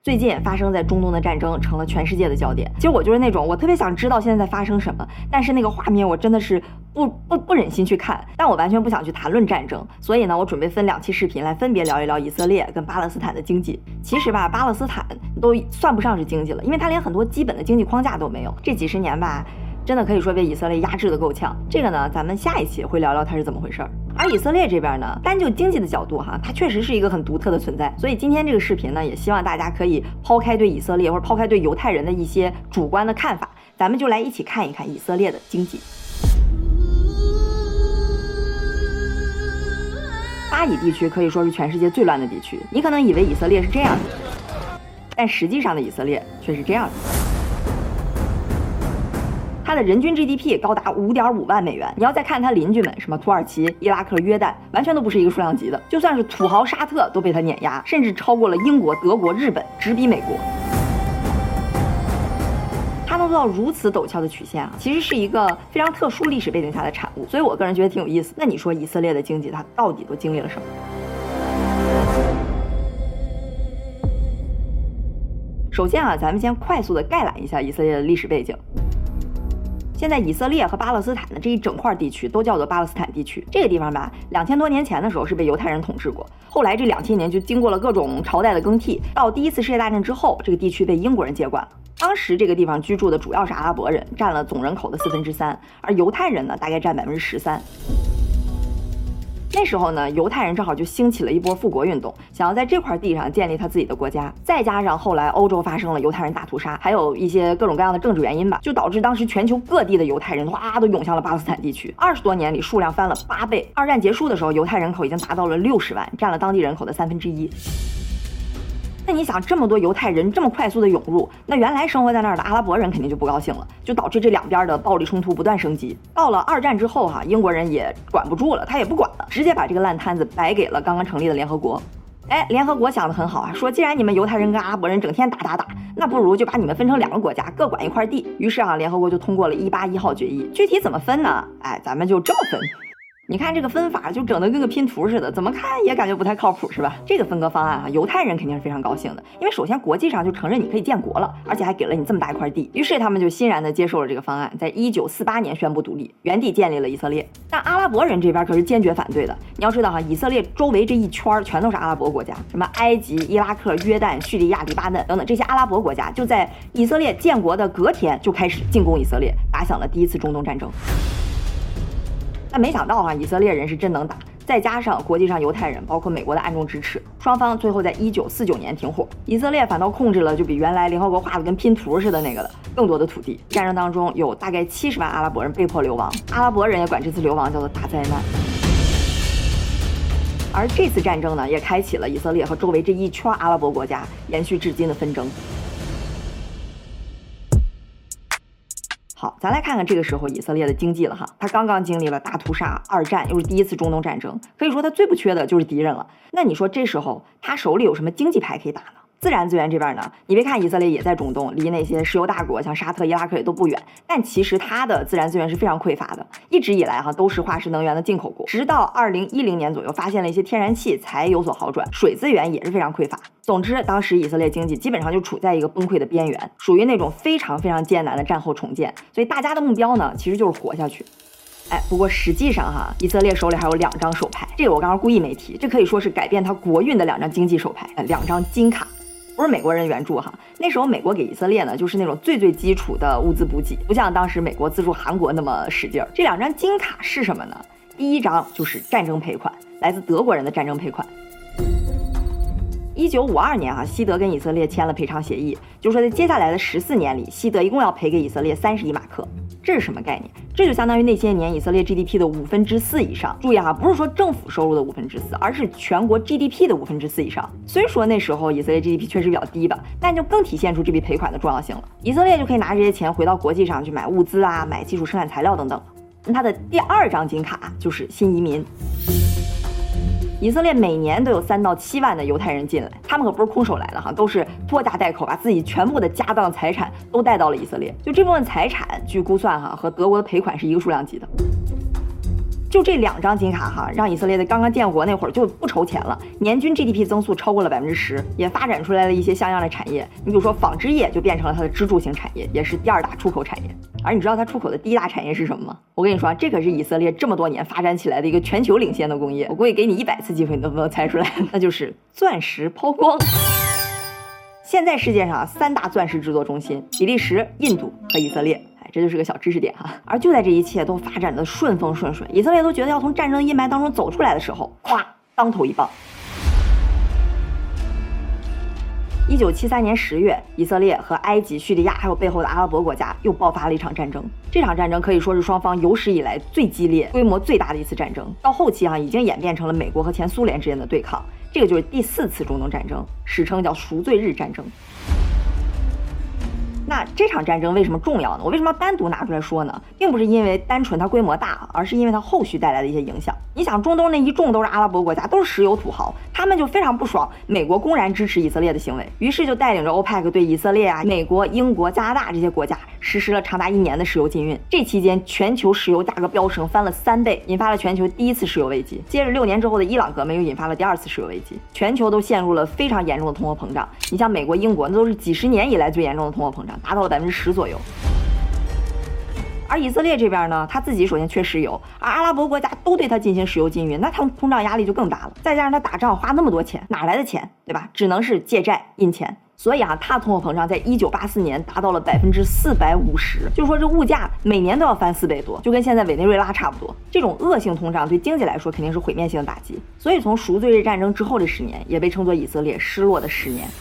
最近发生在中东的战争成了全世界的焦点。其实我就是那种我特别想知道现在在发生什么，但是那个画面我真的是不忍心去看，但我完全不想去谈论战争。所以呢，我准备分2期视频来分别聊一聊以色列跟巴勒斯坦的经济。其实吧，巴勒斯坦都算不上是经济了，因为它连很多基本的经济框架都没有。这几十年吧，真的可以说被以色列压制的够呛。这个呢，咱们下一期会聊聊它是怎么回事。而以色列这边呢，单就经济的角度哈，它确实是一个很独特的存在。所以今天这个视频呢，也希望大家可以抛开对以色列或者抛开对犹太人的一些主观的看法，咱们就来一起看一看以色列的经济。巴以地区可以说是全世界最乱的地区，你可能以为以色列是这样的，但实际上的以色列却是这样的。它的人均 GDP 高达5.5万美元，你要再看它邻居们，什么土耳其、伊拉克、约旦，完全都不是一个数量级的。就算是土豪沙特都被它碾压，甚至超过了英国、德国、日本，直逼美国。它能做到如此陡峭的曲线啊，其实是一个非常特殊历史背景下的产物，所以我个人觉得挺有意思。那你说以色列的经济它到底都经历了什么？首先啊，咱们先快速的概览一下以色列的历史背景。现在以色列和巴勒斯坦的这一整块地区都叫做巴勒斯坦地区。这个地方吧，2000多年前的时候是被犹太人统治过，后来这2000年就经过了各种朝代的更替，到第一次世界大战之后，这个地区被英国人接管了。当时这个地方居住的主要是阿拉伯人，占了总人口的3/4，而犹太人呢大概占13%。那时候呢，犹太人正好就兴起了一波复国运动，想要在这块地上建立他自己的国家。再加上后来欧洲发生了犹太人大屠杀，还有一些各种各样的政治原因吧，就导致当时全球各地的犹太人哗都涌向了巴勒斯坦地区。20多年里数量翻了8倍。二战结束的时候，犹太人口已经达到了60万，占了当地人口的1/3。那你想，这么多犹太人这么快速的涌入，那原来生活在那儿的阿拉伯人肯定就不高兴了，就导致这两边的暴力冲突不断升级。到了2战之后哈，英国人也管不住了，他也不管了，直接把这个烂摊子摆给了刚刚成立的联合国。联合国想得很好啊，说既然你们犹太人跟阿拉伯人整天打，那不如就把你们分成2个国家，各管一块地。于是啊，联合国就通过了181号决议。具体怎么分呢？咱们就这么分。你看这个分法就整得跟个拼图似的，怎么看也感觉不太靠谱，是吧？这个分割方案啊，犹太人肯定是非常高兴的，因为首先国际上就承认你可以建国了，而且还给了你这么大一块地，于是他们就欣然的接受了这个方案，在1948年宣布独立，原地建立了以色列。但阿拉伯人这边可是坚决反对的。你要知道哈，以色列周围这一圈全都是阿拉伯国家，什么埃及、伊拉克、约旦、叙利亚、黎巴嫩等等这些阿拉伯国家，就在以色列建国的隔天就开始进攻以色列，打响了第一次中东战争。但没想到啊，以色列人是真能打，再加上国际上犹太人包括美国的暗中支持，双方最后在1949年停火，以色列反倒控制了就比原来联合国画的跟拼图似的那个的更多的土地。战争当中有大概70万阿拉伯人被迫流亡，阿拉伯人也管这次流亡叫做大灾难。而这次战争呢，也开启了以色列和周围这一圈阿拉伯国家延续至今的纷争。好，咱来看看这个时候以色列的经济了哈。他刚刚经历了大屠杀、2战，又是第一次中东战争，可以说他最不缺的就是敌人了。那你说这时候他手里有什么经济牌可以打呢？自然资源这边呢，你别看以色列也在中东，离那些石油大国像沙特、伊拉克也都不远，但其实它的自然资源是非常匮乏的。一直以来哈都是化石能源的进口国，直到2010年左右发现了一些天然气才有所好转，水资源也是非常匮乏。总之，当时以色列经济基本上就处在一个崩溃的边缘，属于那种非常非常艰难的战后重建。所以大家的目标呢，其实就是活下去。不过实际上哈，以色列手里还有2张手牌，这个我刚刚故意没提，这可以说是改变它国运的2张经济手牌，2张金卡。不是美国人援助哈，那时候美国给以色列呢，就是那种最基础的物资补给，不像当时美国资助韩国那么使劲儿。这2张金卡是什么呢？第一张就是战争赔款，来自德国人的战争赔款。1952年哈，西德跟以色列签了赔偿协议，就是说在接下来的14年里，西德一共要赔给以色列30亿马克。这是什么概念？这就相当于那些年以色列 GDP 的4/5以上。注意哈，不是说政府收入的4/5，而是全国 GDP 的4/5以上。虽说那时候以色列 GDP 确实比较低吧，但就更体现出这笔赔款的重要性了。以色列就可以拿这些钱回到国际上去买物资啊，买基础生产材料等等。它的第2张金卡就是新移民。以色列每年都有3到7万的犹太人进来，他们可不是空手来的哈，都是拖家带口，把自己全部的家当财产都带到了以色列。就这部分财产，据估算哈，和德国的赔款是一个数量级的。 就这2张金卡哈，让以色列在刚刚建国那会儿就不愁钱了，年均 GDP 增速超过了10%，也发展出来了一些像样的产业。你比如说纺织业就变成了它的支柱型产业，也是第2大出口产业。而你知道它出口的第1大产业是什么吗？我跟你说，这可是以色列这么多年发展起来的一个全球领先的工业。我估计给你100次机会，你都不能猜出来，那就是钻石抛光。现在世界上3大钻石制作中心：比利时、印度和以色列。这就是个小知识点哈。而就在这一切都发展的顺风顺水，以色列都觉得要从战争的阴霾当中走出来的时候，咵，当头一棒。1973年10月，以色列和埃及、叙利亚还有背后的阿拉伯国家又爆发了一场战争。这场战争可以说是双方有史以来最激烈、规模最大的一次战争。到后期已经演变成了美国和前苏联之间的对抗。这个就是第4次中东战争，史称叫赎罪日战争。那这场战争为什么重要呢？我为什么要单独拿出来说呢？并不是因为单纯它规模大，而是因为它后续带来的一些影响。你想，中东那一众都是阿拉伯国家，都是石油土豪，他们就非常不爽美国公然支持以色列的行为，于是就带领着欧佩克对以色列美国、英国、加拿大这些国家实施了长达1年的石油禁运。这期间，全球石油价格飙升，翻了3倍，引发了全球第1次石油危机。接着6年之后的伊朗革命又引发了第2次石油危机，全球都陷入了非常严重的通货膨胀。你像美国、英国，那都是几十年以来最严重的通货膨胀，达到了10%左右。而以色列这边呢，他自己首先缺石油，而阿拉伯国家都对他进行石油禁运，那他们通胀压力就更大了。再加上他打仗花那么多钱，哪来的钱，对吧？只能是借债印钱。所以他通货膨胀在1984年达到了450%，就是说这物价每年都要翻4倍多，就跟现在委内瑞拉差不多。这种恶性通胀对经济来说肯定是毁灭性的打击。所以从赎罪日战争之后这10年，也被称作以色列失落的10年。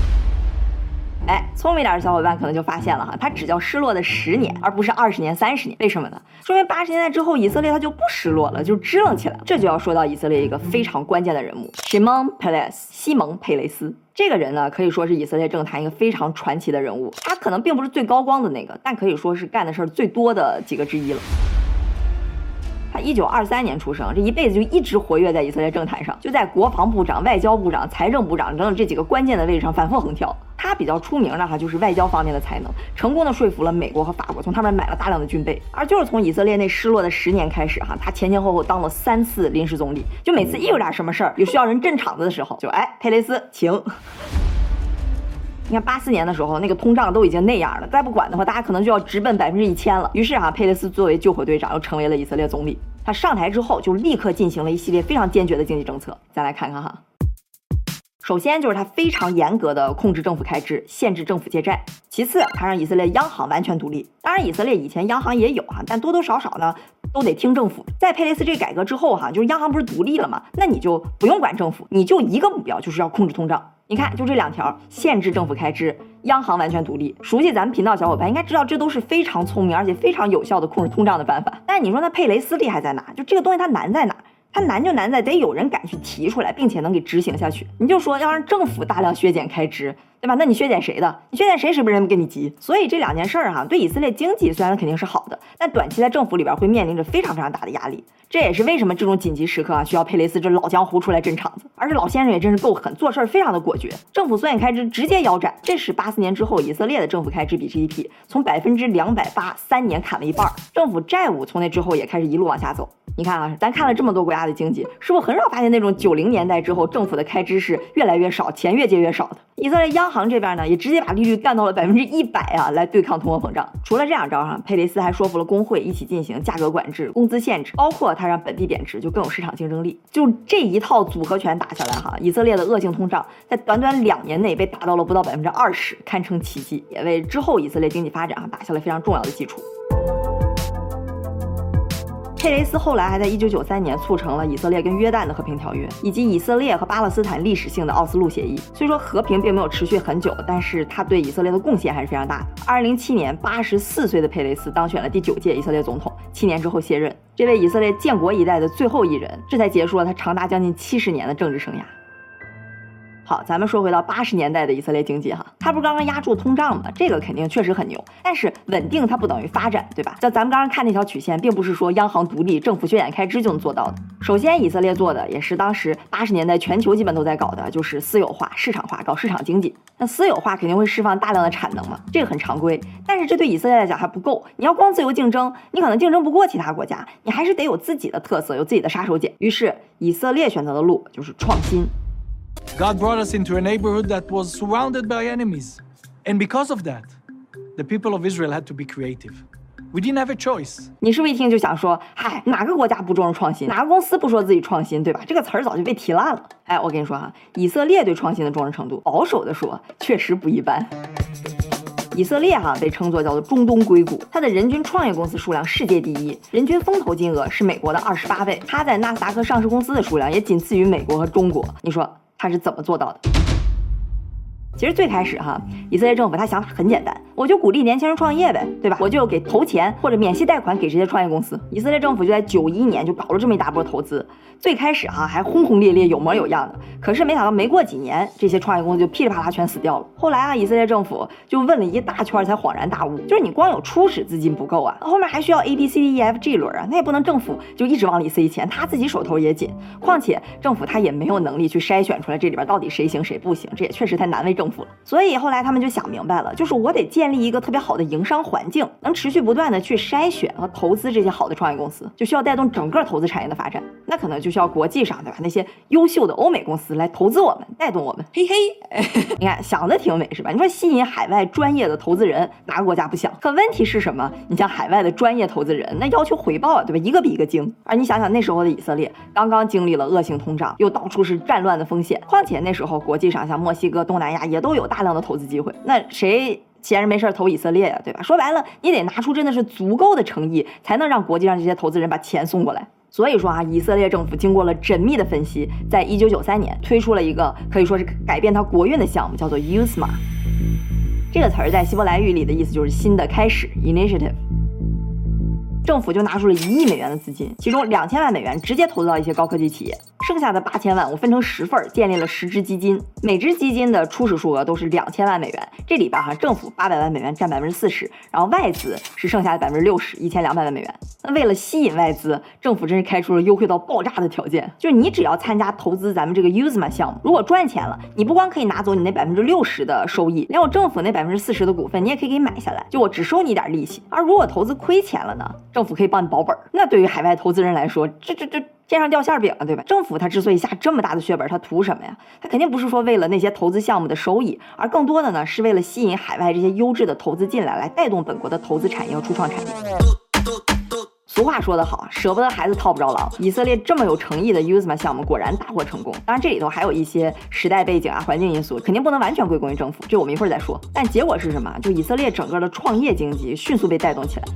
聪明点的小伙伴可能就发现了哈，它只叫失落的10年，而不是20年、30年。为什么呢？说明80年代之后，以色列它就不失落了，就支棱起来了。这就要说到以色列一个非常关键的人物，Shimon Peres，西蒙·佩雷斯。这个人呢，可以说是以色列政坛一个非常传奇的人物。他可能并不是最高光的那个，但可以说是干的事儿最多的几个之一了。他1923年出生，这一辈子就一直活跃在以色列政坛上，就在国防部长、外交部长、财政部长等等这几个关键的位置上反复横跳。他比较出名的就是外交方面的才能，成功的说服了美国和法国，从他们买了大量的军备。而就是从以色列那失落的10年开始他前前后后当了3次临时总理，就每次一有点什么事儿，有需要人镇场子的时候，就佩雷斯请。你看84年的时候，那个通胀都已经那样了，再不管的话，大家可能就要直奔1000%了。于是佩雷斯作为救火队长，又成为了以色列总理。他上台之后，就立刻进行了一系列非常坚决的经济政策。再来看看哈。首先就是他非常严格的控制政府开支，限制政府借债。其次，他让以色列央行完全独立。当然，以色列以前央行也有但多多少少呢都得听政府。在佩雷斯这个改革之后就是央行不是独立了吗？那你就不用管政府，你就一个目标，就是要控制通胀。你看，就这2条，限制政府开支，央行完全独立。熟悉咱们频道小伙伴应该知道，这都是非常聪明而且非常有效的控制通胀的办法。但你说那佩雷斯厉害在哪？就这个东西它难在哪？它难就难在得有人敢去提出来，并且能给执行下去。你就说要让政府大量削减开支，对吧？那你削减谁的？你削减谁，是不是人跟你急？所以这2件事儿对以色列经济虽然肯定是好的，但短期在政府里边会面临着非常非常大的压力。这也是为什么这种紧急时刻需要佩雷斯这老江湖出来镇场子。而这老先生也真是够狠，做事非常的果决，政府缩减开支直接腰斩。这使84年之后以色列的政府开支比 GDP 从283%3年砍了一半，政府债务从那之后也开始一路往下走。你看咱看了这么多国家的经济，是不是很少发现那种90年代之后政府的开支是越来越少，钱越借越少的？以色列央行这边呢，也直接把利率干到了100%来对抗通货膨胀。除了这2招佩雷斯还说服了工会一起进行价格管制、工资限制，包括他让本币贬值，就更有市场竞争力。就这一套组合拳打下来以色列的恶性通胀在短短2年内被打到了不到20%，堪称奇迹，也为之后以色列经济发展打下了非常重要的基础。佩雷斯后来还在1993年促成了以色列跟约旦的和平条约，以及以色列和巴勒斯坦历史性的奥斯陆协议。虽说和平并没有持续很久，但是他对以色列的贡献还是非常大的。2007年84岁的佩雷斯当选了第9届以色列总统，7年之后卸任。这位以色列建国一代的最后一人，这才结束了他长达将近70年的政治生涯。 好，咱们说回到80年代的以色列经济哈，它不是刚刚压住通胀吗？这个肯定确实很牛，但是稳定它不等于发展，对吧？咱们刚刚看那条曲线，并不是说央行独立、政府血眼开支就能做到的。首先，以色列做的也是当时80年代全球基本都在搞的，就是私有化、市场化，搞市场经济。那私有化肯定会释放大量的产能嘛，这个很常规。但是这对以色列来讲还不够，你要光自由竞争，你可能竞争不过其他国家，你还是得有自己的特色，有自己的杀手锏。于是以色列选择的路就是创新。 God brought us into a neighborhood that was surrounded by enemies. And because of that, the people of Israel had to be creative. We didn't have a choice. 你是不是一听就想说，嗨，哪个国家不重视创新，哪个公司不说自己创新，对吧？这个词儿早就被提烂了。哎，我跟你说哈，以色列对创新的重视程度，保守的说，确实不一般。以色列被称作叫做中东硅谷，它的人均创业公司数量世界第一，人均风投金额是美国的28倍，它在纳斯达克上市公司的数量也仅次于美国和中国。你说它是怎么做到的？其实最开始以色列政府他想法很简单，我就鼓励年轻人创业呗，对吧？我就给投钱或者免息贷款给这些创业公司。以色列政府就在91年就搞了这么一大波投资，最开始还轰轰烈烈，有模有样的。可是没想到没过几年，这些创业公司就噼里啪啦全死掉了。后来以色列政府就问了一大圈才恍然大悟，就是你光有初始资金不够后面还需要 ABCDEFG 轮那也不能政府就一直往里塞钱，他自己手头也紧。况且政府他也没有能力去筛选出来这里边到底谁行谁不行，这也确实太难为政府了。所以后来他们就想明白了，就是我得建立一个特别好的营商环境，能持续不断的去筛选和投资这些好的创业公司，就需要带动整个投资产业的发展。那可能就需要国际上，对吧？那些优秀的欧美公司来投资我们，带动我们。嘿嘿，你看想的挺美是吧？你说吸引海外专业的投资人，哪个国家不想？可问题是什么？你像海外的专业投资人，那要求回报对吧？一个比一个精。而你想想那时候的以色列，刚刚经历了恶性通胀，又到处是战乱的风险，况且那时候国际上像墨西哥、东南亚也都有大量的投资机会，那谁闲着没事投以色列对吧？说白了，你得拿出真的是足够的诚意，才能让国际上这些投资人把钱送过来。所以说以色列政府经过了缜密的分析，在1993年推出了一个可以说是改变它国运的项目，叫做 Yuzma。 这个词儿在希伯来语里的意思就是新的开始 Initiative。政府就拿出了1亿美元的资金，其中2000万美元直接投资到一些高科技企业，剩下的8000万我分成10份，建立了10支基金，每支基金的初始数额都是2000万美元，这里边政府800万美元占40%，然后外资是剩下的60%，1200万美元。那为了吸引外资，政府真是开出了优惠到爆炸的条件，就是你只要参加投资咱们这个 Yuzma 项目，如果赚钱了，你不光可以拿走你那60%的收益，连我政府那40%的股份你也可以给买下来，就我只收你一点利息。而如果投资亏钱了呢，政府可以帮你保本。那对于海外投资人来说，这天上掉馅饼了，对吧？政府他之所以下这么大的血本，他图什么呀？他肯定不是说为了那些投资项目的收益，而更多的呢是为了吸引海外这些优质的投资进来，来带动本国的投资产业和初创产业。俗话说得好，舍不得孩子套不着狼。以色列这么有诚意的 Yuzma 项目果然大获成功。当然这里头还有一些时代背景环境因素，肯定不能完全归功于政府，这我们一会儿再说。但结果是什么？就以色列整个的创业经济迅速被带动起来。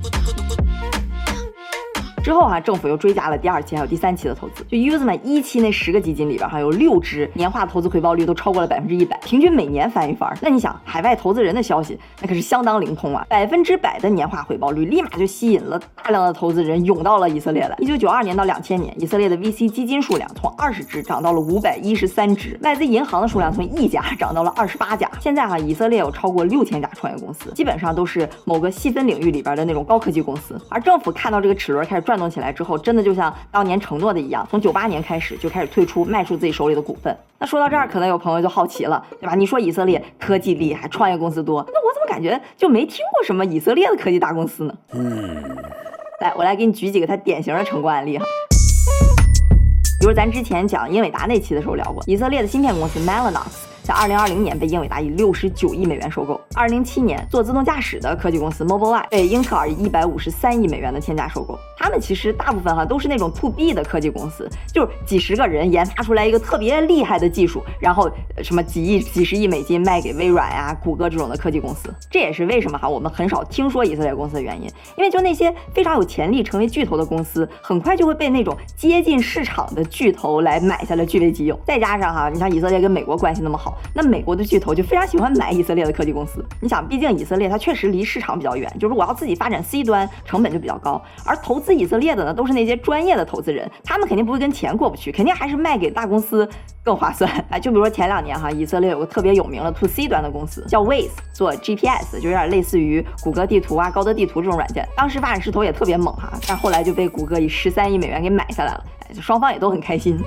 之后政府又追加了第2期还有第3期的投资。就 Yuzma 1期那10个基金里边有6支年化投资回报率都超过了100%，平均每年翻一番。那你想海外投资人的消息那可是相当灵通100%的年化回报率立马就吸引了大量的投资人涌到了以色列来。1992年到2000年，以色列的 VC 基金数量从20支涨到了513支，外资银行的数量从1家涨到了28家。现在以色列有超过6000家创业公司，基本上都是某个细分领域里边的那种高科技公司。而政府看到这个齿轮开始转动起来之后，真的就像当年承诺的一样，从98年开始就开始退出，卖出自己手里的股份。那说到这儿，可能有朋友就好奇了，对吧？你说以色列科技厉害，创业公司多，那我怎么感觉就没听过什么以色列的科技大公司呢？来，我来给你举几个它典型的成功案例比如咱之前讲英伟达那期的时候聊过，以色列的芯片公司 Mellanox在2020年被英伟达以69亿美元收购。2007年做自动驾驶的科技公司 Mobileye 被英特尔以153亿美元的天价收购。他们其实大部分都是那种 to B 的科技公司，就是几十个人研发出来一个特别厉害的技术，然后什么几亿、几十亿美金卖给微软谷歌这种的科技公司。这也是为什么我们很少听说以色列公司的原因，因为就那些非常有潜力成为巨头的公司，很快就会被那种接近市场的巨头来买下来据为己有。再加上你像以色列跟美国关系那么好， 那美国的巨头就非常喜欢买以色列的科技公司。你想，毕竟以色列它确实离市场比较远，就是我要自己发展 C 端，成本就比较高。而投资以色列的呢，都是那些专业的投资人，他们肯定不会跟钱过不去，肯定还是卖给大公司更划算。哎，就比如说前2年哈，以色列有个特别有名的 To C 端的公司叫 Waze， 做 GPS， 就有点类似于谷歌地图啊、高德地图这种软件。当时发展势头也特别猛哈，但后来就被谷歌以13亿美元给买下来了，双方也都很开心。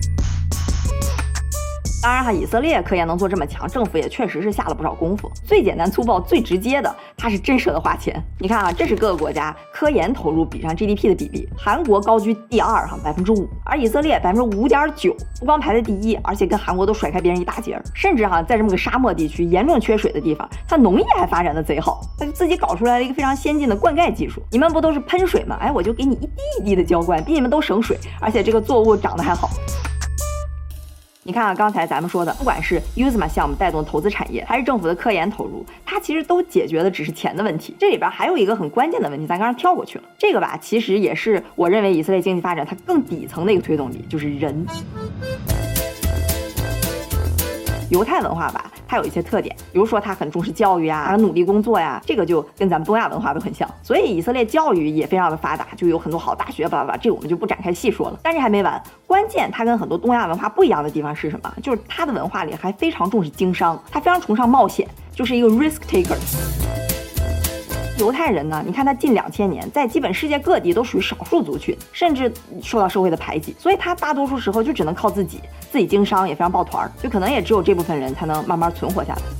当然哈，以色列科研能做这么强，政府也确实是下了不少功夫。最简单粗暴、最直接的，它是真舍得花钱。你看啊，这是各个国家科研投入比上 GDP 的比例，韩国高居第2哈，5%，而以色列5.9%，不光排在第1，而且跟韩国都甩开别人一大截。甚至哈，在这么个沙漠地区、严重缺水的地方，它农业还发展的贼好，它就自己搞出来了一个非常先进的灌溉技术。你们不都是喷水吗？哎，我就给你一滴一滴的浇灌，比你们都省水，而且这个作物长得还好。你看啊，刚才咱们说的，不管是 USMA 项目带动投资产业，还是政府的科研投入，它其实都解决的只是钱的问题。这里边还有一个很关键的问题，咱刚刚跳过去了。这个吧，其实也是我认为以色列经济发展它更底层的一个推动力，就是人。犹太文化吧，它有一些特点，比如说它很重视教育啊，努力工作呀，这个就跟咱们东亚文化都很像。所以以色列教育也非常的发达，就有很多好大学，巴拉巴拉，这个我们就不展开细说了。但是还没完，关键它跟很多东亚文化不一样的地方是什么？就是它的文化里还非常重视经商，它非常崇尚冒险，就是一个 risk taker。犹太人呢，你看他近2000年在基本世界各地都属于少数族群，甚至受到社会的排挤，所以他大多数时候就只能靠自己经商，也非常抱团，就可能也只有这部分人才能慢慢存活下来。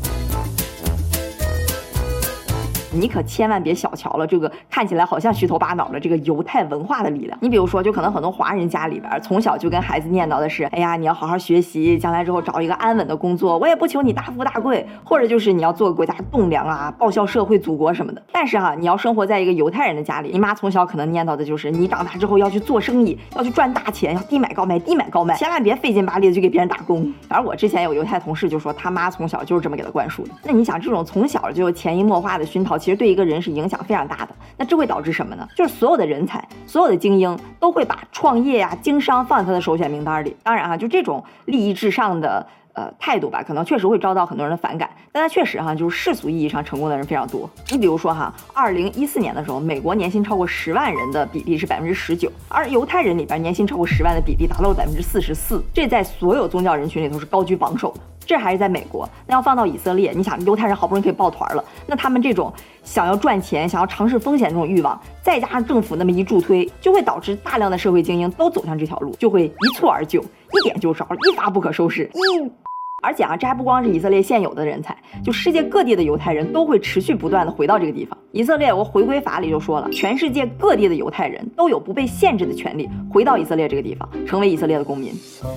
你可千万别小瞧了这个看起来好像虚头巴脑的这个犹太文化的力量。你比如说，就可能很多华人家里边从小就跟孩子念叨的是，哎呀，你要好好学习，将来之后找一个安稳的工作，我也不求你大富大贵，或者就是你要做国家栋梁啊，报效社会祖国什么的。但是哈，你要生活在一个犹太人的家里，你妈从小可能念叨的就是你长大之后要去做生意，要去赚大钱，要低买高卖，低买高卖，千万别费劲巴力的去给别人打工。反正我之前有犹太同事就说，他妈从小就是这么给他灌输的。那你想，这种从小就潜移默化的熏陶，其实对一个人是影响非常大的。那这会导致什么呢？就是所有的人才，所有的精英都会把创业啊、经商放在他的首选名单里。当然啊，就这种利益至上的态度吧，可能确实会遭到很多人的反感，但它确实哈，就是世俗意义上成功的人非常多。你比如说哈，2014年的时候，美国年薪超过10万人的比例是19%，而犹太人里边年薪超过10万的比例达到了44%，这在所有宗教人群里头是高居榜首的。这还是在美国，那要放到以色列，你想犹太人好不容易可以抱团了，那他们这种想要赚钱、想要尝试风险这种欲望，再加上政府那么一助推，就会导致大量的社会精英都走向这条路，就会一蹴而就，一点就着，一发不可收拾。而且啊，这还不光是以色列现有的人才，就世界各地的犹太人都会持续不断的回到这个地方。以色列有个回归法里就说了，全世界各地的犹太人都有不被限制的权利回到以色列这个地方，成为以色列的公民。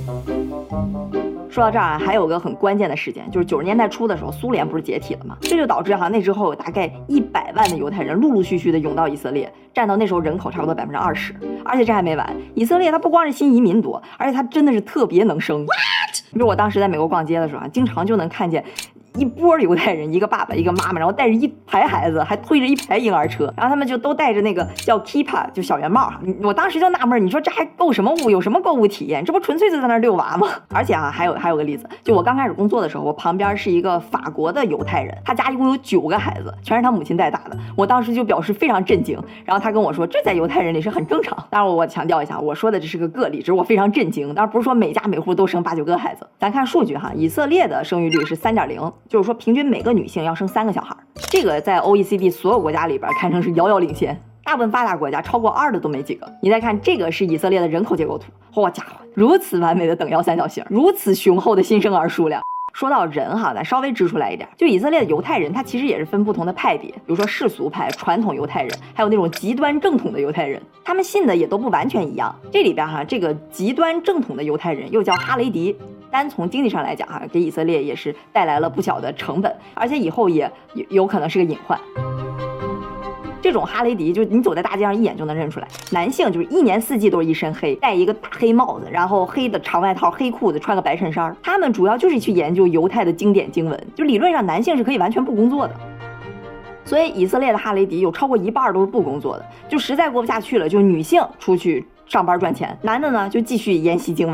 说到这儿啊，还有个很关键的事件，就是90年代初的时候，苏联不是解体了吗？这就导致那之后有大概100万的犹太人陆陆续续的涌到以色列，占到那时候人口差不多20%。而且这还没完，以色列它不光是新移民多，而且它真的是特别能生。你说我当时在美国逛街的时候啊，经常就能看见一波犹太人，一个爸爸一个妈妈，然后带着一排孩子，还推着一排婴儿车，然后他们就都戴着那个叫 kippa 就小圆帽。我当时就纳闷，你说这还购什么物？有什么购物体验？这不纯粹就在那遛娃吗？而且啊，还有个例子，就我刚开始工作的时候，我旁边是一个法国的犹太人，他家一共有9个孩子，全是他母亲带大的。我当时就表示非常震惊，然后他跟我说，这在犹太人里是很正常。当然我强调一下，我说的这是个个例，只是我非常震惊，当然不是说每家每户都生8、9个孩子。咱看数据哈，以色列的生育率是3.0，就是说平均每个女性要生3个小孩，这个在 OECD 所有国家里边堪称是遥遥领先，大部分发达国家超过2的都没几个。你再看这个是以色列的人口结构图，好家伙，如此完美的等腰三角形，如此雄厚的新生儿数量。说到人哈，咱稍微支出来一点，就以色列的犹太人，他其实也是分不同的派别，比如说世俗派、传统犹太人，还有那种极端正统的犹太人，他们信的也都不完全一样。这里边哈，这个极端正统的犹太人又叫哈雷迪，单从经济上来讲哈，给以色列也是带来了不小的成本，而且以后也有可能是个隐患。这种哈雷迪，就你走在大街上一眼就能认出来，男性就是1年4季都是一身黑，戴一个大黑帽子，然后黑的长外套、黑裤子，穿个白衬衫。他们主要就是去研究犹太的经典经文，就理论上男性是可以完全不工作的。所以以色列的哈雷迪有超过1半都是不工作的，就实在过不下去了，就女性出去上班赚钱，男的呢就继续研习经文。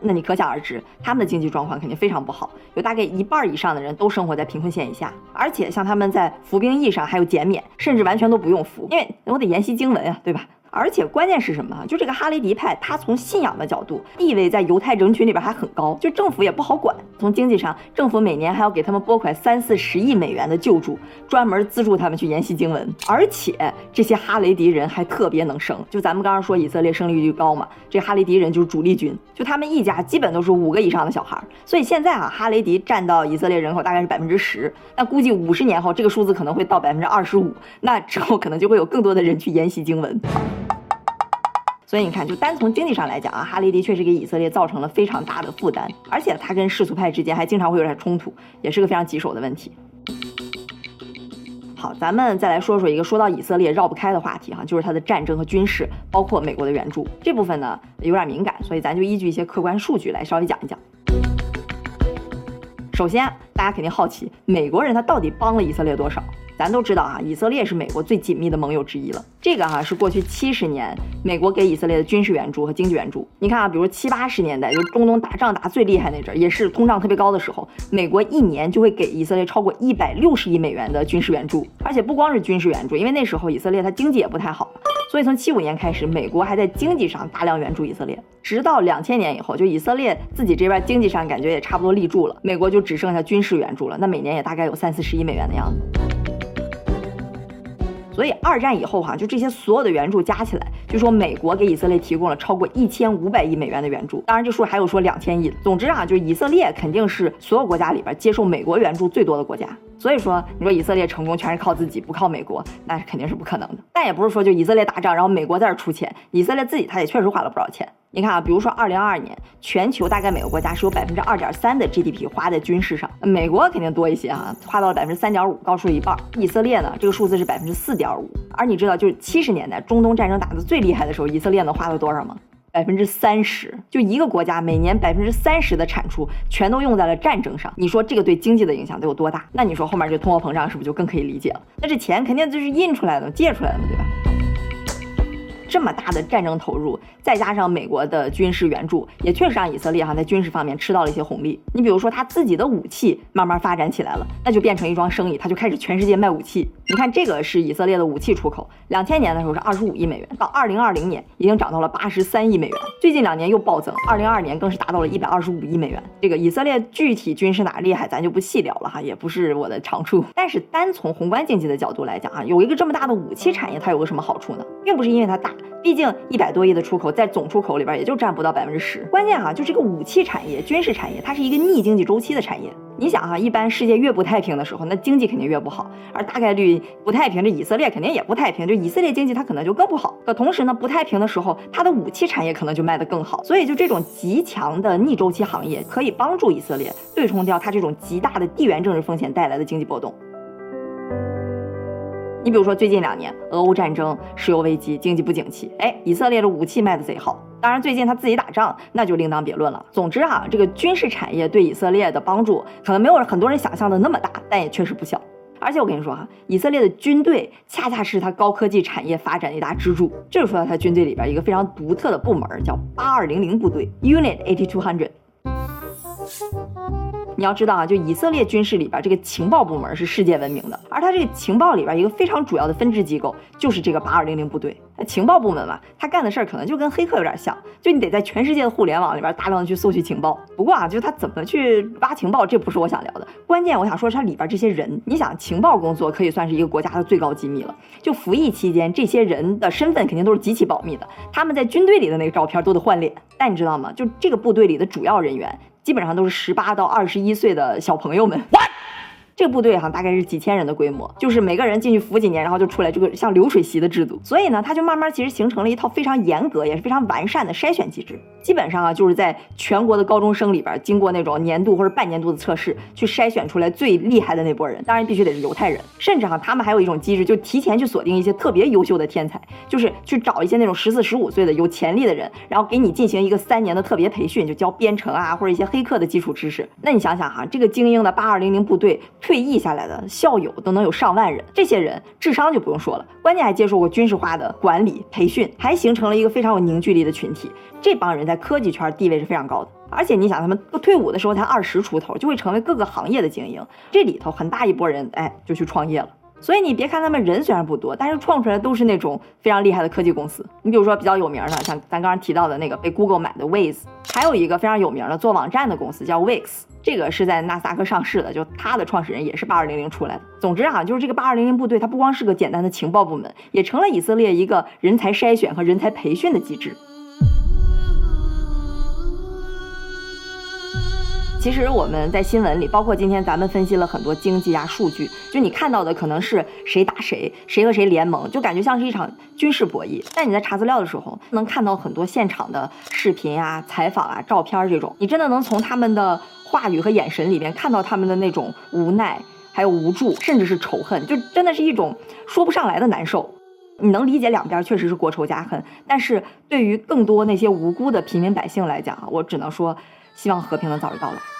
那你可想而知，他们的经济状况肯定非常不好，有大概1半以上的人都生活在贫困线以下，而且像他们在服兵役上还有减免，甚至完全都不用服，因为我得研习经文啊，对吧？而且关键是什么？就这个哈雷迪派，他从信仰的角度，地位在犹太人群里边还很高，就政府也不好管。从经济上，政府每年还要给他们拨款30-40亿美元的救助，专门资助他们去研习经文。而且这些哈雷迪人还特别能生，就咱们刚刚说以色列生育率高嘛，这哈雷迪人就是主力军，就他们一家基本都是5个以上的小孩。所以现在哈雷迪占到以色列人口大概是10%，那估计50年后这个数字可能会到25%，那之后可能就会有更多的人去研习经文。所以你看，就单从经济上来讲哈雷迪确实给以色列造成了非常大的负担，而且他跟世俗派之间还经常会有点冲突，也是个非常棘手的问题。好，咱们再来说说一个说到以色列绕不开的话题就是它的战争和军事，包括美国的援助。这部分呢有点敏感，所以咱就依据一些客观数据来稍微讲一讲。首先，大家肯定好奇，美国人他到底帮了以色列多少？咱都知道以色列是美国最紧密的盟友之一了。这个是过去70年美国给以色列的军事援助和经济援助。你看比如70-80年代，就中东打仗打最厉害那阵，也是通胀特别高的时候，美国一年就会给以色列超过160亿美元的军事援助。而且不光是军事援助，因为那时候以色列它经济也不太好，所以从75年开始，美国还在经济上大量援助以色列。直到2000年以后，就以色列自己这边经济上感觉也差不多立住了，美国就只剩下军事援助了，那每年也大概有30-40亿美元的样子。所以2战以后就这些所有的援助加起来，据说美国给以色列提供了超过1500亿美元的援助，当然这数还有说2000亿的。总之就是以色列肯定是所有国家里边接受美国援助最多的国家。所以说你说以色列成功全是靠自己，不靠美国，那肯定是不可能的。但也不是说就以色列打仗然后美国在这出钱，以色列自己他也确实花了不少钱。你看比如说2022年全球大概每个国家是有2.3%的 GDP 花在军事上，美国肯定多一些花到了3.5%，高出一半。以色列呢这个数字是4.5%。而你知道就是70年代中东战争打得最厉害的时候，以色列能花了多少吗？30%，就一个国家每年30%的产出全都用在了战争上，你说这个对经济的影响得有多大？那你说后面这通货膨胀是不是就更可以理解了？那这钱肯定就是印出来的，借出来的嘛，对吧？这么大的战争投入，再加上美国的军事援助，也确实让以色列在军事方面吃到了一些红利。你比如说他自己的武器慢慢发展起来了，那就变成一桩生意，他就开始全世界卖武器。你看这个是以色列的武器出口，2000年的时候是25亿美元，到2020年已经涨到了83亿美元，最近2年又暴增，2022年更是达到了125亿美元。这个以色列具体军事哪厉害咱就不细聊了也不是我的长处。但是单从宏观经济的角度来讲有一个这么大的武器产业，它有个什么好处呢？并不是因为它大，毕竟100多亿的出口在总出口里边也就占不到10%。关键就这个武器产业、军事产业，它是一个逆经济周期的产业。你想一般世界越不太平的时候，那经济肯定越不好，而大概率不太平，这以色列肯定也不太平，就以色列经济它可能就更不好。可同时呢，不太平的时候，它的武器产业可能就卖得更好。所以就这种极强的逆周期行业，可以帮助以色列对冲掉它这种极大的地缘政治风险带来的经济波动。你比如说最近2年俄乌战争、石油危机、经济不景气，以色列的武器卖得贼好。当然最近他自己打仗那就另当别论了。总之这个军事产业对以色列的帮助可能没有很多人想象的那么大，但也确实不小。而且我跟你说以色列的军队恰恰是他高科技产业发展的一大支柱。这就说到他军队里边一个非常独特的部门，叫8200部队 Unit 8200。你要知道就以色列军事里边这个情报部门是世界闻名的，而它这个情报里边一个非常主要的分支机构就是这个8200部队。情报部门嘛，他干的事儿可能就跟黑客有点像，就你得在全世界的互联网里边大量的去搜取情报。不过就他怎么去挖情报，这不是我想聊的。关键我想说它里边这些人，你想情报工作可以算是一个国家的最高机密了，就服役期间这些人的身份肯定都是极其保密的，他们在军队里的那个照片都得换脸。但你知道吗？就这个部队里的主要人员基本上都是18到21岁的小朋友们。这个部队大概是几千人的规模，就是每个人进去服几年，然后就出来，这个像流水席的制度。所以呢，它就慢慢其实形成了一套非常严格也是非常完善的筛选机制。基本上就是在全国的高中生里边经过那种年度或者半年度的测试，去筛选出来最厉害的那波人，当然必须得是犹太人。甚至他们还有一种机制，就提前去锁定一些特别优秀的天才，就是去找一些那种14、15岁的有潜力的人，然后给你进行一个3年的特别培训，就教编程或者一些黑客的基础知识。那你想想这个精英的8200部队退役下来的校友都能有上万人，这些人智商就不用说了，关键还接受过军事化的管理培训，还形成了一个非常有凝聚力的群体。这帮人在科技圈地位是非常高的。 而且你想，他们退伍的时候才20出头，就会成为各个行业的精英，这里头很大一波人，就去创业了。所以你别看他们人虽然不多，但是创出来都是那种非常厉害的科技公司。你比如说比较有名的，像咱刚刚提到的那个被 Google 买的 Waze， 还有一个非常有名的做网站的公司叫 Wix， 这个是在纳斯达克上市的，就它的创始人也是8200出来的。总之就是这个8200部队，它不光是个简单的情报部门，也成了以色列一个人才筛选和人才培训的机制。其实我们在新闻里，包括今天咱们分析了很多经济数据，就你看到的可能是谁打谁，谁和谁联盟，就感觉像是一场军事博弈。但你在查资料的时候，能看到很多现场的视频采访照片这种，你真的能从他们的话语和眼神里面看到他们的那种无奈，还有无助，甚至是仇恨，就真的是一种说不上来的难受。你能理解两边确实是国仇家恨，但是对于更多那些无辜的平民百姓来讲我只能说希望和平能早日到来。